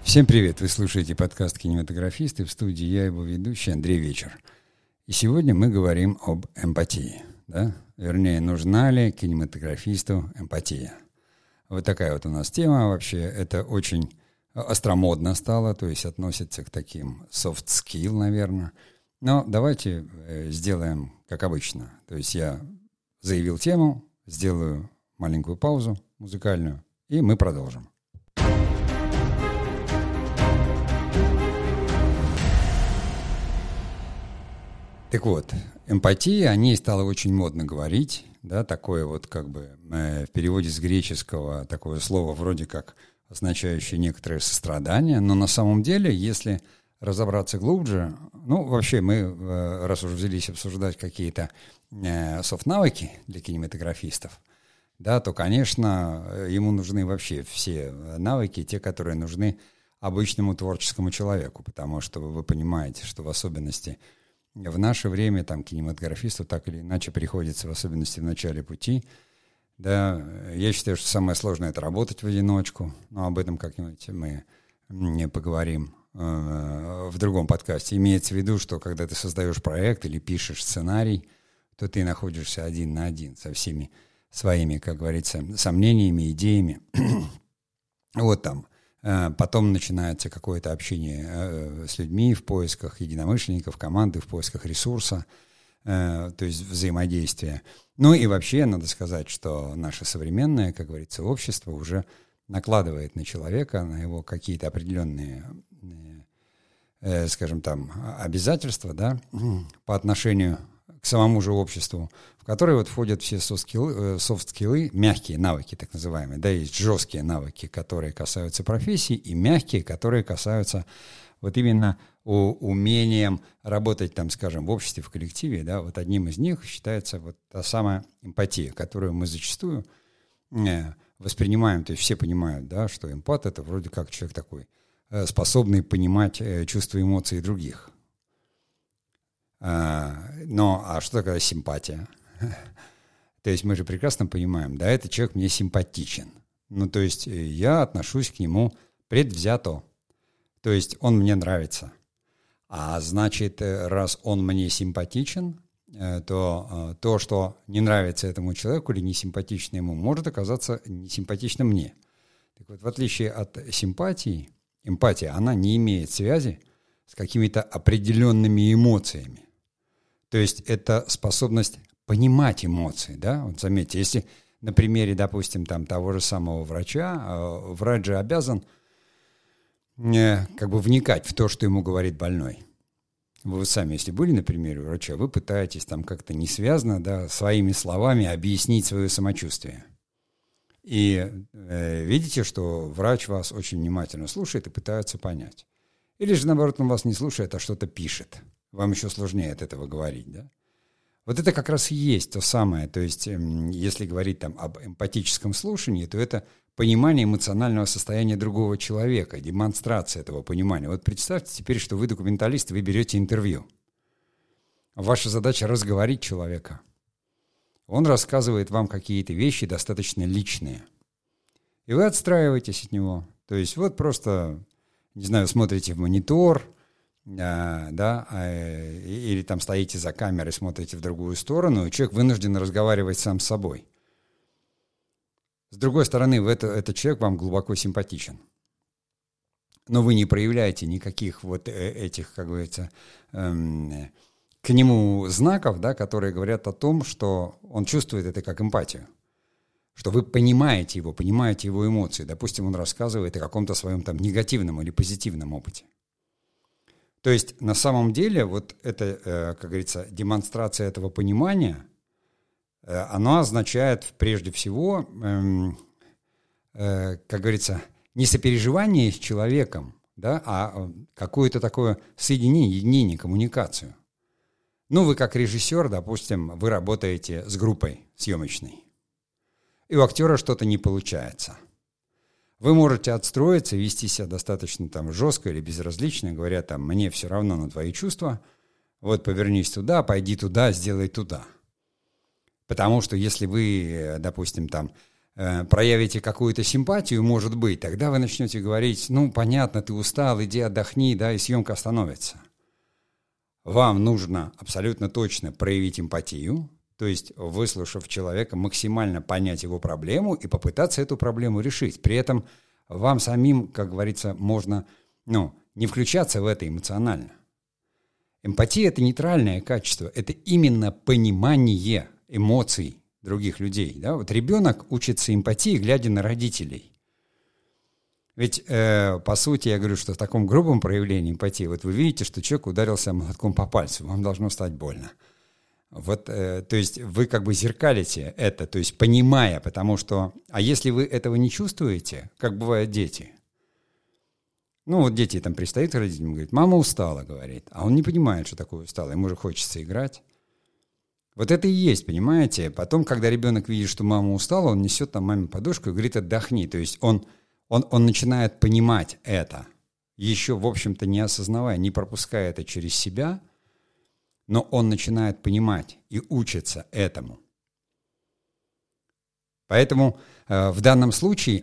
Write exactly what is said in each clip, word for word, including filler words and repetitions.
Всем привет! Вы слушаете подкаст «Кинематографисты», в студии я, его ведущий Андрей Вечер. И сегодня мы говорим об эмпатии, да? Вернее, нужна ли кинематографисту эмпатия. Вот такая вот у нас тема вообще. Это очень остромодно стало, то есть относится к таким soft skill, наверное. Но давайте сделаем как обычно. То есть я заявил тему, сделаю маленькую паузу музыкальную, и мы продолжим. Так вот, эмпатия, о ней стало очень модно говорить, да, такое вот как бы э, в переводе с греческого такое слово вроде как означающее некоторое сострадание, но на самом деле, если разобраться глубже, ну, вообще мы, э, раз уж взялись обсуждать какие-то э, софт-навыки для кинематографистов, да, то, конечно, ему нужны вообще все навыки, те, которые нужны обычному творческому человеку, потому что вы понимаете, что в особенности в наше время там кинематографисту так или иначе приходится, в особенности в начале пути. Да, я считаю, что самое сложное — это работать в одиночку, но об этом как-нибудь мы не поговорим э, в другом подкасте. Имеется в виду, что когда ты создаешь проект или пишешь сценарий, то ты находишься один на один со всеми своими, как говорится, сомнениями, идеями. Вот там. Потом начинается какое-то общение с людьми в поисках единомышленников, команды, в поисках ресурса, то есть взаимодействия. Ну и вообще надо сказать, что наше современное, как говорится, общество уже накладывает на человека, на его какие-то определенные, скажем там, обязательства, да, по отношению к самому же обществу, в которые вот входят все софт-скиллы, мягкие навыки, так называемые. Да, есть жесткие навыки, которые касаются профессии, и мягкие, которые касаются вот именно умением работать, там, скажем, в обществе, в коллективе. Да, вот одним из них считается вот та самая эмпатия, которую мы зачастую воспринимаем, то есть все понимают, да, что эмпат — это вроде как человек такой, способный понимать чувства и эмоции других. А, но, а что такое симпатия? То есть мы же прекрасно понимаем, да, этот человек мне симпатичен. Ну, то есть я отношусь к нему предвзято. То есть он мне нравится. А значит, раз он мне симпатичен, то то, что не нравится этому человеку или не симпатично ему, может оказаться несимпатично мне. Так вот, в отличие от симпатии, эмпатия, она не имеет связи с какими-то определенными эмоциями. То есть это способность понимать эмоции, да? Вот заметьте, если на примере, допустим, там того же самого врача, врач же обязан э, как бы вникать в то, что ему говорит больной. Вы сами, если были на примере врача, вы пытаетесь там как-то несвязно, да, своими словами объяснить свое самочувствие. И э, видите, что врач вас очень внимательно слушает и пытается понять. Или же, наоборот, он вас не слушает, а что-то пишет. Вам еще сложнее от этого говорить, да? Вот это как раз и есть то самое. То есть, если говорить там об эмпатическом слушании, то это понимание эмоционального состояния другого человека, демонстрация этого понимания. Вот представьте теперь, что вы документалист, вы берете интервью. Ваша задача — разговорить человека. Он рассказывает вам какие-то вещи достаточно личные. И вы отстраиваетесь от него. То есть вот просто, не знаю, смотрите в монитор, а, да, а, или там стоите за камерой, смотрите в другую сторону, и человек вынужден разговаривать сам с собой. С другой стороны, это, этот человек вам глубоко симпатичен. Но вы не проявляете никаких вот этих, как говорится, эм, к нему знаков, да, которые говорят о том, что он чувствует это как эмпатию. Что вы понимаете его, понимаете его эмоции. Допустим, он рассказывает о каком-то своем там негативном или позитивном опыте. То есть на самом деле вот это, э, как говорится, демонстрация этого понимания, э, оно означает прежде всего, э, э, как говорится, не сопереживание с человеком, да, а какое-то такое соединение, единение, коммуникацию. Ну, вы как режиссер, допустим, вы работаете с группой съемочной, и у актера что-то не получается. Вы можете отстроиться, вести себя достаточно там жестко или безразлично, говоря там: мне все равно на твои чувства, вот повернись туда, пойди туда, сделай туда. Потому что если вы, допустим, там э, проявите какую-то симпатию, может быть, тогда вы начнете говорить, ну, понятно, ты устал, иди отдохни, да, и съемка остановится. Вам нужно абсолютно точно проявить эмпатию, то есть, выслушав человека, максимально понять его проблему и попытаться эту проблему решить. При этом вам самим, как говорится, можно, ну, не включаться в это эмоционально. Эмпатия – это нейтральное качество, это именно понимание эмоций других людей. Да? Вот ребенок учится эмпатии, глядя на родителей. Ведь, э, по сути, я говорю, что в таком грубом проявлении эмпатии, вот вы видите, что человек ударился молотком по пальцу, вам должно стать больно. Вот, э, то есть вы как бы зеркалите это, то есть понимая, потому что... А если вы этого не чувствуете, как бывают дети... Ну, вот дети там пристают к родителям и говорят, мама устала, говорит. А он не понимает, что такое устала, ему же хочется играть. Вот это и есть, понимаете? Потом, когда ребенок видит, что мама устала, он несет там маме подушку и говорит, отдохни. То есть он, он, он начинает понимать это, еще, в общем-то, не осознавая, не пропуская это через себя, но он начинает понимать и учится этому. Поэтому э, в данном случае...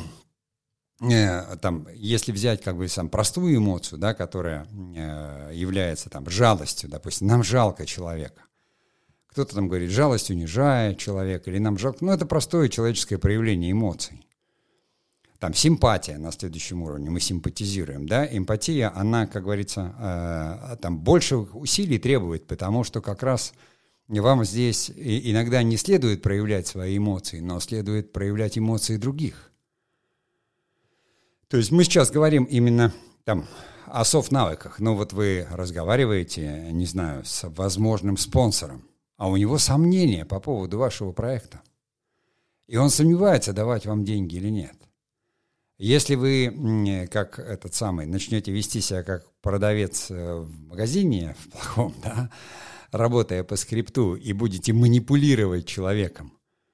Там, если взять как бы сам простую эмоцию, да, которая э, является там жалостью, допустим, нам жалко человека. Кто-то там говорит, жалость унижает человека, или нам жалко. Ну, это простое человеческое проявление эмоций. Там симпатия на следующем уровне, мы симпатизируем, да, эмпатия, она, как говорится, э, там больше усилий требует, потому что как раз вам здесь иногда не следует проявлять свои эмоции, но следует проявлять эмоции других. То есть мы сейчас говорим именно там о софт-навыках. Ну вот вы разговариваете, не знаю, с возможным спонсором, а у него сомнения по поводу вашего проекта. И он сомневается, давать вам деньги или нет. Если вы, как этот самый, начнете вести себя как продавец в магазине, в плохом, да, работая по скрипту, и будете манипулировать человеком,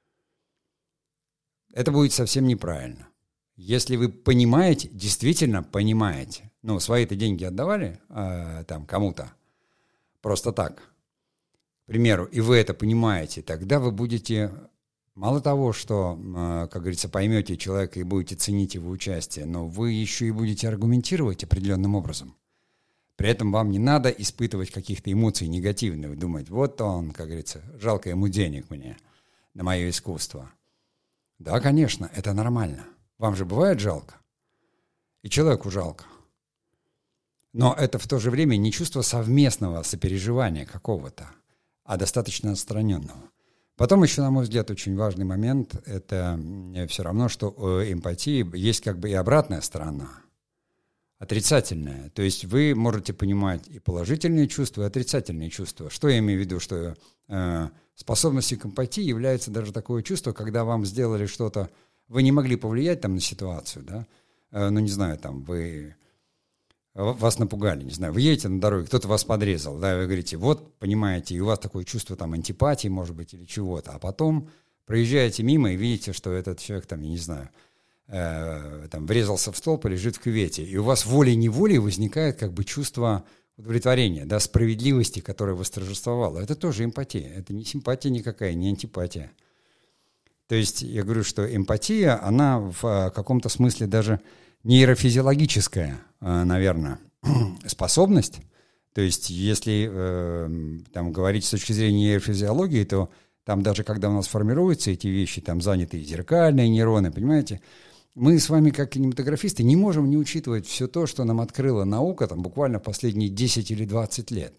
это будет совсем неправильно. Если вы понимаете, действительно понимаете, ну, свои-то деньги отдавали э, там кому-то просто так, к примеру, и вы это понимаете, тогда вы будете, мало того, что, э, как говорится, поймете человека и будете ценить его участие, но вы еще и будете аргументировать определенным образом. При этом вам не надо испытывать каких-то эмоций негативных, думать, вот он, как говорится, жалко ему денег мне на мое искусство. Да, конечно, это нормально. Вам же бывает жалко, и человеку жалко. Но это в то же время не чувство совместного сопереживания какого-то, а достаточно отстраненного. Потом еще, на мой взгляд, очень важный момент – это все равно, что у эмпатии есть как бы и обратная сторона, отрицательная. То есть вы можете понимать и положительные чувства, и отрицательные чувства. Что я имею в виду? Что э, способностью к эмпатии является даже такое чувство, когда вам сделали что-то, вы не могли повлиять там на ситуацию, да, э, ну, не знаю, там, вы, вас напугали, не знаю, вы едете на дороге, кто-то вас подрезал, да, вы говорите, вот, понимаете, и у вас такое чувство там антипатии, может быть, или чего-то, а потом проезжаете мимо и видите, что этот человек там, я не знаю, э, там, врезался в столб и лежит в кювете, и у вас волей-неволей возникает как бы чувство удовлетворения, да, справедливости, которая восторжествовала. Это тоже эмпатия, это не симпатия никакая, не антипатия. То есть я говорю, что эмпатия, она в каком-то смысле даже нейрофизиологическая, наверное, способность. То есть если там говорить с точки зрения нейрофизиологии, то там даже когда у нас формируются эти вещи, там заняты зеркальные нейроны, понимаете, мы с вами как кинематографисты не можем не учитывать все то, что нам открыла наука там буквально последние десять или двадцать лет.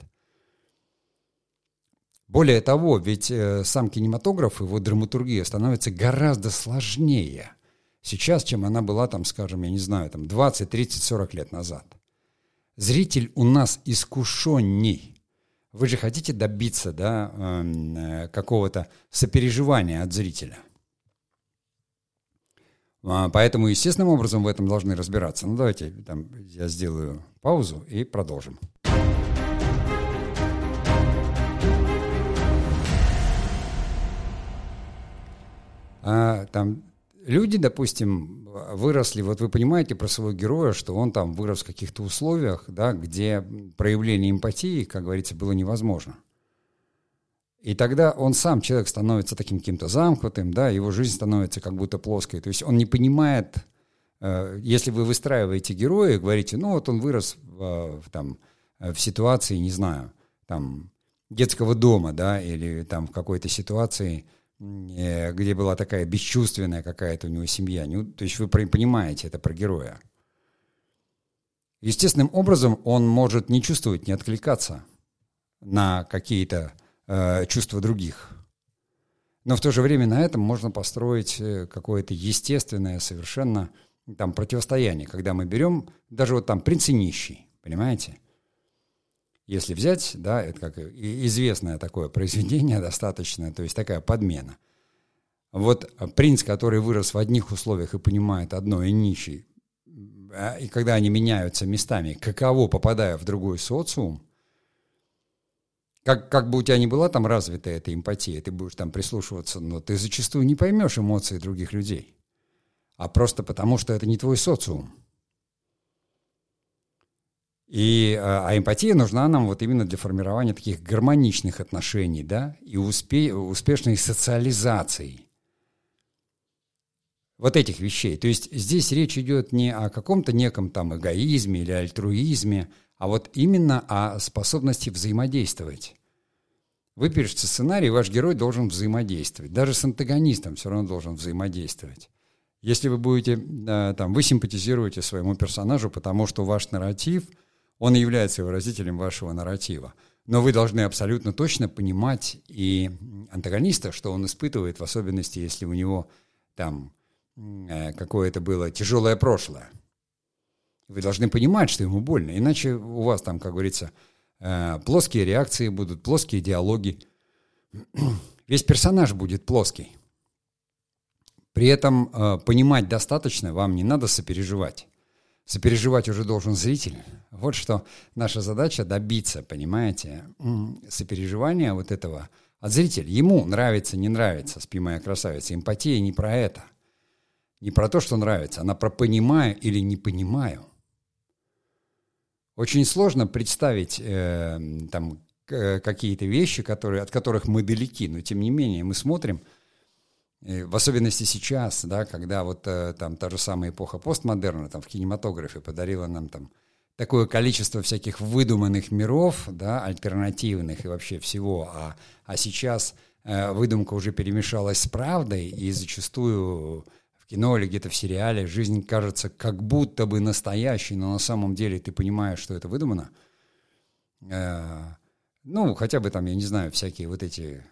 Более того, ведь э, сам кинематограф, его драматургия становится гораздо сложнее сейчас, чем она была, там, скажем, я не знаю, там двадцать, тридцать, сорок лет назад. Зритель у нас искушенней. Вы же хотите добиться, да, э, какого-то сопереживания от зрителя. А, поэтому естественным образом в этом должны разбираться. Ну, давайте там, я сделаю паузу и продолжим. А, там люди, допустим, выросли, вот вы понимаете про своего героя, что он там вырос в каких-то условиях, да, где проявление эмпатии, как говорится, было невозможно. И тогда он сам, человек, становится таким каким-то замкнутым, да, его жизнь становится как будто плоской. То есть он не понимает, э, если вы выстраиваете героя, говорите, ну вот он вырос в, в, там, в ситуации, не знаю, там, детского дома, да, или там в какой-то ситуации, э, где была такая бесчувственная какая-то у него семья. Ну, то есть вы понимаете это про героя. Естественным образом он может не чувствовать, не откликаться на какие-то э, чувства других. Но в то же время на этом можно построить какое-то естественное совершенно там противостояние, когда мы берем даже вот там «Принц и нищий», понимаете? Если взять, да, это как известное такое произведение достаточно, то есть такая подмена. Вот принц, который вырос в одних условиях и понимает одно, и нищий, и когда они меняются местами, каково, попадая в другой социум, как, как бы у тебя ни была там развита эта эмпатия, ты будешь там прислушиваться, но ты зачастую не поймешь эмоции других людей, а просто потому, что это не твой социум. И, а эмпатия нужна нам вот именно для формирования таких гармоничных отношений, да, и успе, успешной социализации вот этих вещей. То есть здесь речь идет не о каком-то неком там эгоизме или альтруизме, а вот именно о способности взаимодействовать. Вы пишете сценарий, ваш герой должен взаимодействовать. Даже с антагонистом все равно должен взаимодействовать. Если вы будете, там, вы симпатизируете своему персонажу, потому что ваш нарратив, он является выразителем вашего нарратива. Но вы должны абсолютно точно понимать и антагониста, что он испытывает, в особенности, если у него там какое-то было тяжелое прошлое. Вы должны понимать, что ему больно, иначе у вас там, как говорится, плоские реакции будут, плоские диалоги. Весь персонаж будет плоский. При этом понимать достаточно, вам не надо сопереживать. Сопереживать уже должен зритель. Вот что наша задача добиться, понимаете, сопереживания вот этого от зрителя. Ему нравится, не нравится, «Спи, моя красавица». Эмпатия не про это. Не про то, что нравится, она про «понимаю» или «не понимаю». Очень сложно представить э, там к- какие-то вещи, которые, от которых мы далеки, но тем не менее мы смотрим, э, в особенности сейчас, да, когда вот э, там та же самая эпоха постмодерна там, в кинематографе подарила нам там такое количество всяких выдуманных миров, да, альтернативных и вообще всего, а, а сейчас э, выдумка уже перемешалась с правдой, и зачастую в кино или где-то в сериале жизнь кажется как будто бы настоящей, но на самом деле ты понимаешь, что это выдумано. Э, ну, хотя бы там, я не знаю, всякие вот эти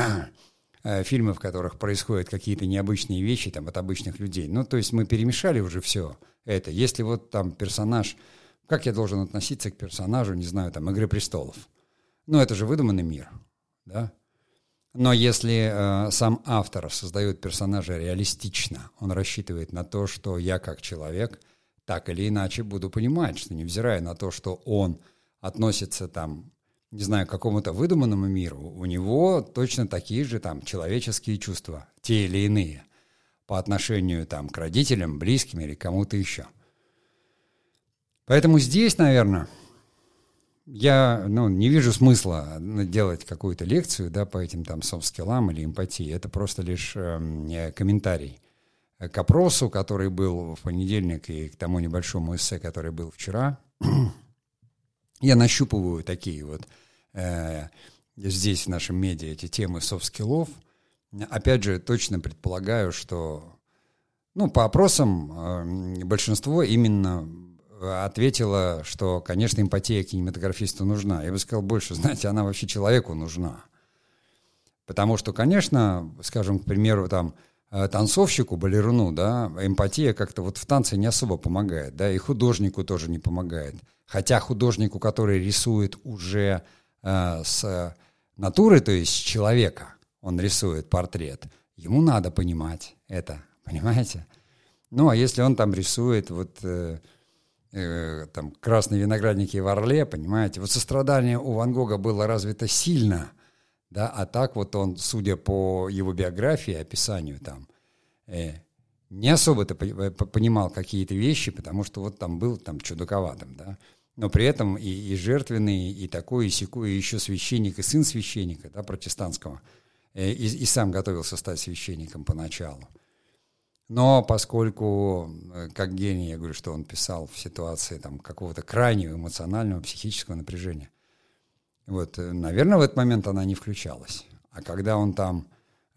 э, фильмы, в которых происходят какие-то необычные вещи там, от обычных людей. Ну, то есть мы перемешали уже все это. Если вот там персонаж... Как я должен относиться к персонажу, не знаю, там, «Игры престолов»? Ну, это же выдуманный мир, да? Но если э, сам автор создает персонажа реалистично, он рассчитывает на то, что я как человек так или иначе буду понимать, что невзирая на то, что он относится там, не знаю, к какому-то выдуманному миру, у него точно такие же там человеческие чувства, те или иные, по отношению там к родителям, близким или кому-то еще. Поэтому здесь, наверное, я ну, не вижу смысла делать какую-то лекцию, да, по этим там софт-скиллам или эмпатии. Это просто лишь э, комментарий к опросу, который был в понедельник, и к тому небольшому эссе, который был вчера. Я нащупываю такие вот э, здесь в нашем медиа эти темы софт-скиллов. Опять же, точно предполагаю, что ну, по опросам э, большинство именно ответила, что, конечно, эмпатия кинематографисту нужна. Я бы сказал больше, знаете, она вообще человеку нужна. Потому что, конечно, скажем, к примеру, там, танцовщику, балеруну, да, эмпатия как-то вот в танце не особо помогает, да, и художнику тоже не помогает. Хотя художнику, который рисует уже э, с натуры, то есть с человека, он рисует портрет, ему надо понимать это, понимаете? Ну, а если он там рисует вот... Э, там, красные виноградники в Орле, понимаете, вот сострадание у Ван Гога было развито сильно, да, а так вот он, судя по его биографии, описанию там, э, не особо-то понимал какие-то вещи, потому что вот там был там чудаковатым, да, но при этом и, и жертвенный, и такой, и сякой, и еще священник, и сын священника, да, протестантского, и, и сам готовился стать священником поначалу. Но поскольку, как гений, я говорю, что он писал в ситуации там, какого-то крайнего эмоционального, психического напряжения, вот, наверное, в этот момент она не включалась. А когда он там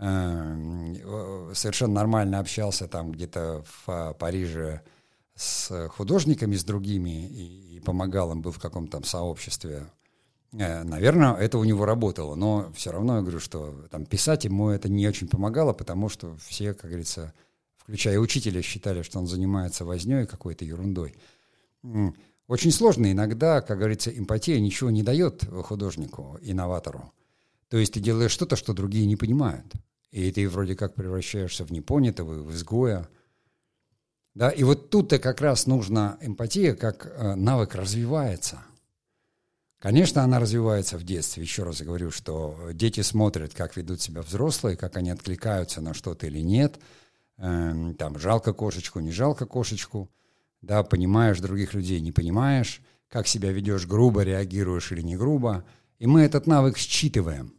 э, совершенно нормально общался там где-то в Париже с художниками, с другими, и, и помогал им, был в каком-то там сообществе, э, наверное, это у него работало. Но все равно я говорю, что там писать ему это не очень помогало, потому что все, как говорится, включая учителя, считали, что он занимается вознёй какой-то ерундой. Очень сложно иногда, как говорится, эмпатия ничего не дает художнику, инноватору. То есть ты делаешь что-то, что другие не понимают. И ты вроде как превращаешься в непонятого, в изгоя. Да? И вот тут-то как раз нужна эмпатия, как навык развивается. Конечно, она развивается в детстве. Еще раз говорю, что дети смотрят, как ведут себя взрослые, как они откликаются на что-то или нет. Там жалко кошечку, не жалко кошечку. Да, понимаешь других людей, не понимаешь, как себя ведешь, грубо реагируешь или не грубо. И мы этот навык считываем.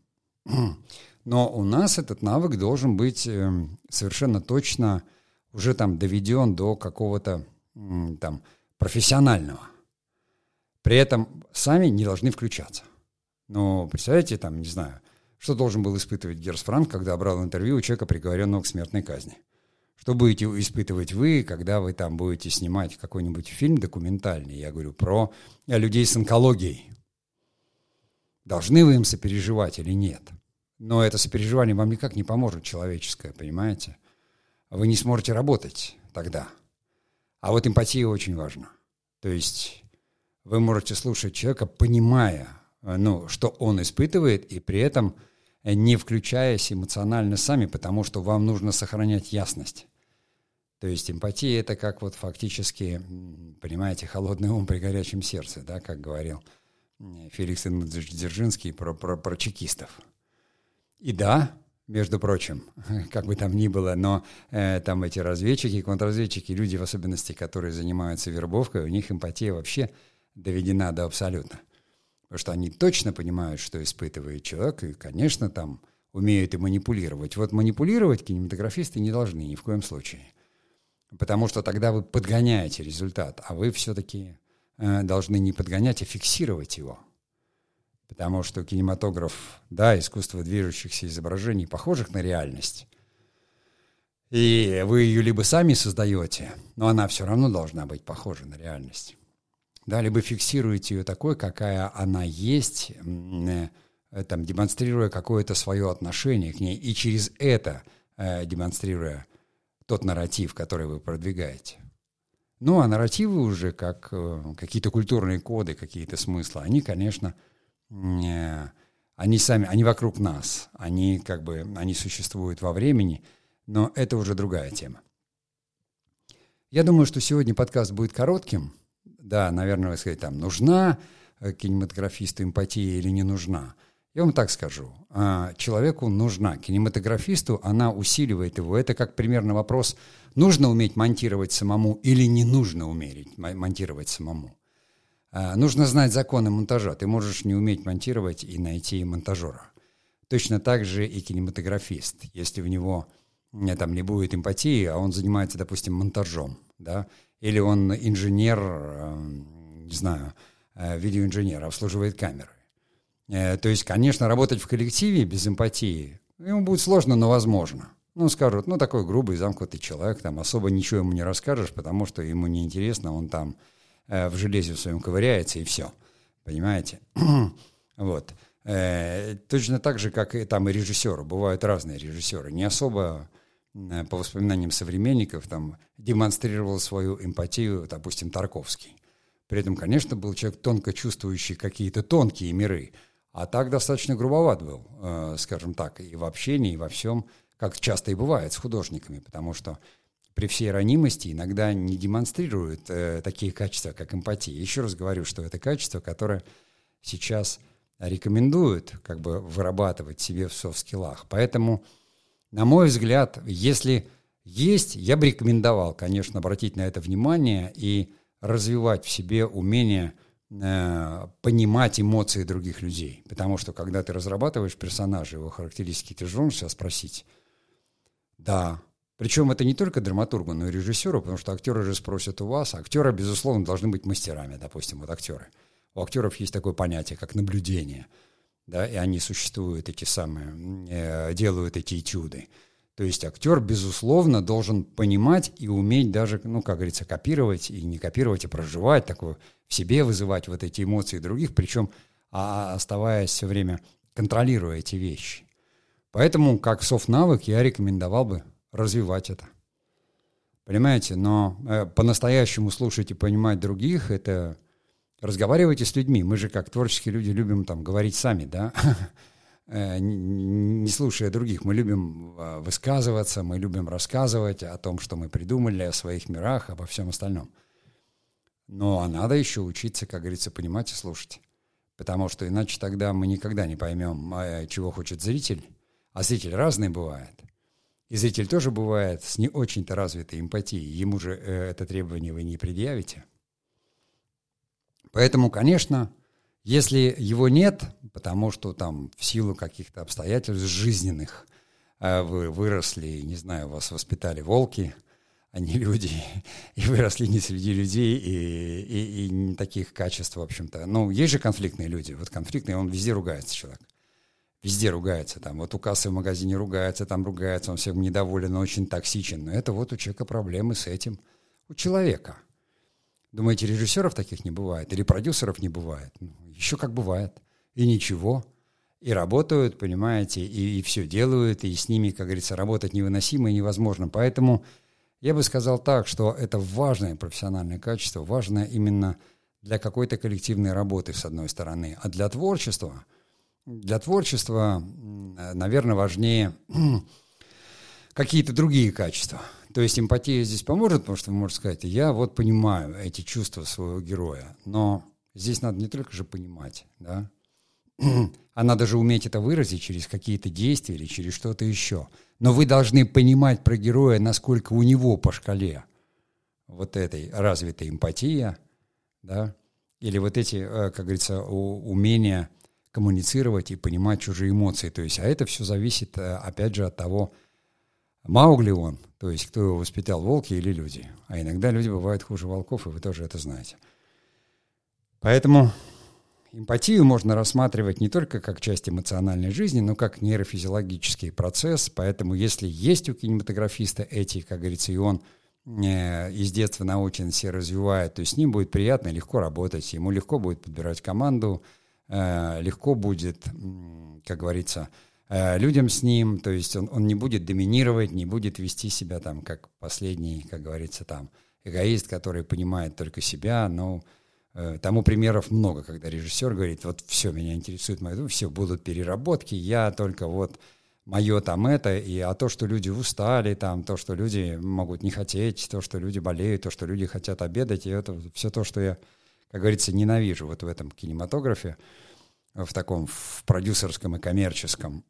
Но у нас этот навык должен быть совершенно точно уже там доведен до какого-то там профессионального. При этом сами не должны включаться. Но представляете, там, не знаю, что должен был испытывать Герц Франк, когда брал интервью у человека, приговоренного к смертной казни. Что будете испытывать вы, когда вы там будете снимать какой-нибудь фильм документальный, я говорю, про людей с онкологией. Должны вы им сопереживать или нет? Но это сопереживание вам никак не поможет человеческое, понимаете? Вы не сможете работать тогда. А вот эмпатия очень важна. То есть вы можете слушать человека, понимая, ну, что он испытывает, и при этом не включаясь эмоционально сами, потому что вам нужно сохранять ясность. То есть эмпатия — это как вот фактически, понимаете, холодный ум при горячем сердце, да, как говорил Феликс Дзержинский про, про, про чекистов. И да, между прочим, как бы там ни было, но э, там эти разведчики, контрразведчики, люди в особенности, которые занимаются вербовкой, у них эмпатия вообще доведена до абсолюта. Потому что они точно понимают, что испытывает человек, и, конечно, там умеют и манипулировать. Вот манипулировать кинематографисты не должны ни в коем случае. Потому что тогда вы подгоняете результат, а вы все-таки э, должны не подгонять, а фиксировать его. Потому что кинематограф, да, искусство движущихся изображений, похожих на реальность. И вы ее либо сами создаете, но она все равно должна быть похожа на реальность. Да, либо фиксируете ее такой, какая она есть, э, там, демонстрируя какое-то свое отношение к ней, и через это э, демонстрируя тот нарратив, который вы продвигаете. Ну, а нарративы уже, как э, какие-то культурные коды, какие-то смыслы, они, конечно, э, они сами, они вокруг нас, они как бы, они существуют во времени, но это уже другая тема. Я думаю, что сегодня подкаст будет коротким. Да, наверное, вы сказать, там, нужна кинематографисту эмпатия или не нужна. Я вам так скажу. Человеку нужна. Кинематографисту она усиливает его. Это как примерно вопрос, нужно уметь монтировать самому или не нужно уметь монтировать самому. Нужно знать законы монтажа. Ты можешь не уметь монтировать и найти монтажера. Точно так же и кинематографист. Если в него там не будет эмпатии, а он занимается, допустим, монтажом, да, или он инженер, не знаю, видеоинженер, обслуживает камеры. То есть, конечно, работать в коллективе без эмпатии ему будет сложно, но возможно. Ну, скажут, ну, такой грубый, замкнутый человек, там особо ничего ему не расскажешь, потому что ему неинтересно, он там э, в железе в своем ковыряется, и все. Понимаете? Вот. Э, точно так же, как и там и режиссеры. Бывают разные режиссеры. Не особо, э, по воспоминаниям современников, там демонстрировал свою эмпатию, допустим, Тарковский. При этом, конечно, был человек, тонко чувствующий какие-то тонкие миры, а так достаточно грубоват был, э, скажем так, и в общении, и во всем, как часто и бывает с художниками, потому что при всей ранимости иногда не демонстрируют э, такие качества, как эмпатия. Еще раз говорю, что это качество, которое сейчас рекомендуют как бы вырабатывать себе в софт-скиллах. Поэтому, на мой взгляд, если есть, я бы рекомендовал, конечно, обратить на это внимание и развивать в себе умение э, понимать эмоции других людей. Потому что, когда ты разрабатываешь персонажа, его характеристики, ты же должен сейчас спросить. Да. Причем это не только драматургу, но и режиссеру, потому что актеры же спросят у вас. Актеры, безусловно, должны быть мастерами, допустим, вот актеры. У актеров есть такое понятие, как наблюдение. Да, и они существуют, эти самые, э, делают эти этюды. То есть актер, безусловно, должен понимать и уметь даже, ну, как говорится, копировать, и не копировать, а проживать, такое, в себе вызывать вот эти эмоции других, причем а, оставаясь все время, контролируя эти вещи. Поэтому, как софт-навык, я рекомендовал бы развивать это. Понимаете? Но э, по-настоящему слушать и понимать других — это... Разговаривайте с людьми. Мы же, как творческие люди, любим там говорить сами, да, не слушая других. Мы любим высказываться, мы любим рассказывать о том, что мы придумали, о своих мирах, обо всем остальном. Но надо еще учиться, как говорится, понимать и слушать. Потому что иначе тогда мы никогда не поймем, чего хочет зритель. А зритель разный бывает. И зритель тоже бывает с не очень-то развитой эмпатией. Ему же это требование вы не предъявите. Поэтому, конечно, если его нет, потому что там в силу каких-то обстоятельств жизненных вы выросли, не знаю, вас воспитали волки, а не люди, и выросли не среди людей, и, и, и не таких качеств, в общем-то. Ну, есть же конфликтные люди. Вот конфликтный, он везде ругается, человек. Везде ругается. Там, вот у кассы в магазине ругается, там ругается, он всем недоволен, очень токсичен. Но это вот у человека проблемы с этим. У человека. Думаете, режиссеров таких не бывает? Или продюсеров не бывает? Ну, еще как бывает. И ничего. И работают, понимаете, и, и все делают, и с ними, как говорится, работать невыносимо и невозможно. Поэтому я бы сказал так, что это важное профессиональное качество, важное именно для какой-то коллективной работы, с одной стороны. А для творчества, для творчества, наверное, важнее какие-то другие качества. То есть эмпатия здесь поможет, потому что вы можете сказать, я вот понимаю эти чувства своего героя, но здесь надо не только же понимать, да, а надо же уметь это выразить через какие-то действия или через что-то еще. Но вы должны понимать про героя, насколько у него по шкале вот этой развитая эмпатия, да, или вот эти, как говорится, умения коммуницировать и понимать чужие эмоции. То есть, а это все зависит, опять же, от того, Маугли он, то есть кто его воспитал, волки или люди. А иногда люди бывают хуже волков, и вы тоже это знаете. Поэтому эмпатию можно рассматривать не только как часть эмоциональной жизни, но как нейрофизиологический процесс. Поэтому если есть у кинематографиста эти, как говорится, и он э, из детства научен, все развивает, то с ним будет приятно и легко работать. Ему легко будет подбирать команду, э, легко будет, как говорится, людям с ним, то есть он, он не будет доминировать, не будет вести себя там как последний, как говорится, там эгоист, который понимает только себя. Ну, э, тому примеров много, когда режиссер говорит, вот все, меня интересует мое, все, будут переработки, я только вот мое там это, и а то, что люди устали, там, то, что люди могут не хотеть, то, что люди болеют, то, что люди хотят обедать, и это все то, что я, как говорится, ненавижу вот в этом кинематографе, в таком, в продюсерском и коммерческом.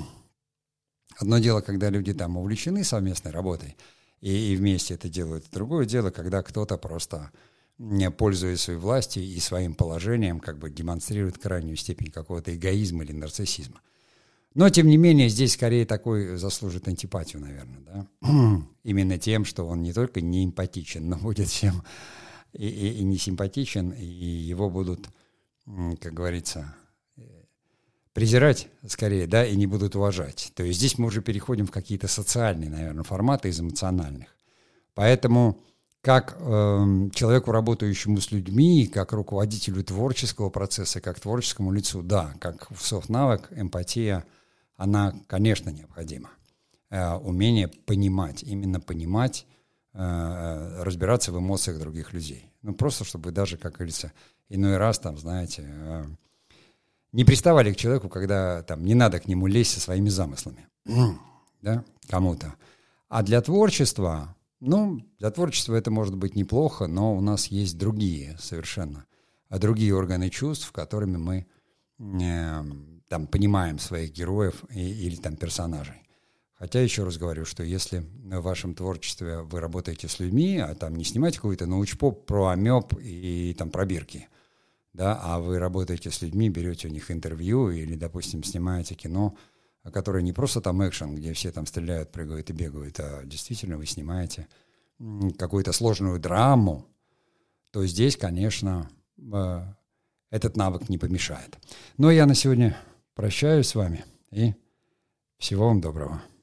Одно дело, когда люди там увлечены совместной работой и, и вместе это делают. Другое дело, когда кто-то просто, не пользуясь своей властью и своим положением, как бы демонстрирует крайнюю степень какого-то эгоизма или нарциссизма. Но, тем не менее, здесь скорее такой заслужит антипатию, наверное, да? Именно тем, что он не только не эмпатичен, но будет всем и, и, и не симпатичен, и его будут, как говорится, презирать скорее, да, и не будут уважать. То есть здесь мы уже переходим в какие-то социальные, наверное, форматы из эмоциональных. Поэтому как э, человеку, работающему с людьми, как руководителю творческого процесса, как творческому лицу, да, как софт-навык, эмпатия, она, конечно, необходима. Э, умение понимать, именно понимать, э, разбираться в эмоциях других людей. Ну, просто чтобы даже, как говорится, иной раз, там, знаете, э, не приставали к человеку, когда там не надо к нему лезть со своими замыслами, да, кому-то. А для творчества, ну, для творчества это может быть неплохо, но у нас есть другие совершенно, другие органы чувств, которыми мы э, там понимаем своих героев и, или там персонажей. Хотя еще раз говорю, что если в вашем творчестве вы работаете с людьми, а там не снимаете какой-то научпоп про амеб и там про бирки, да, а вы работаете с людьми, берете у них интервью или, допустим, снимаете кино, которое не просто там экшен, где все там стреляют, прыгают и бегают, а действительно вы снимаете какую-то сложную драму, то здесь, конечно, этот навык не помешает. Но я на сегодня прощаюсь с вами и всего вам доброго.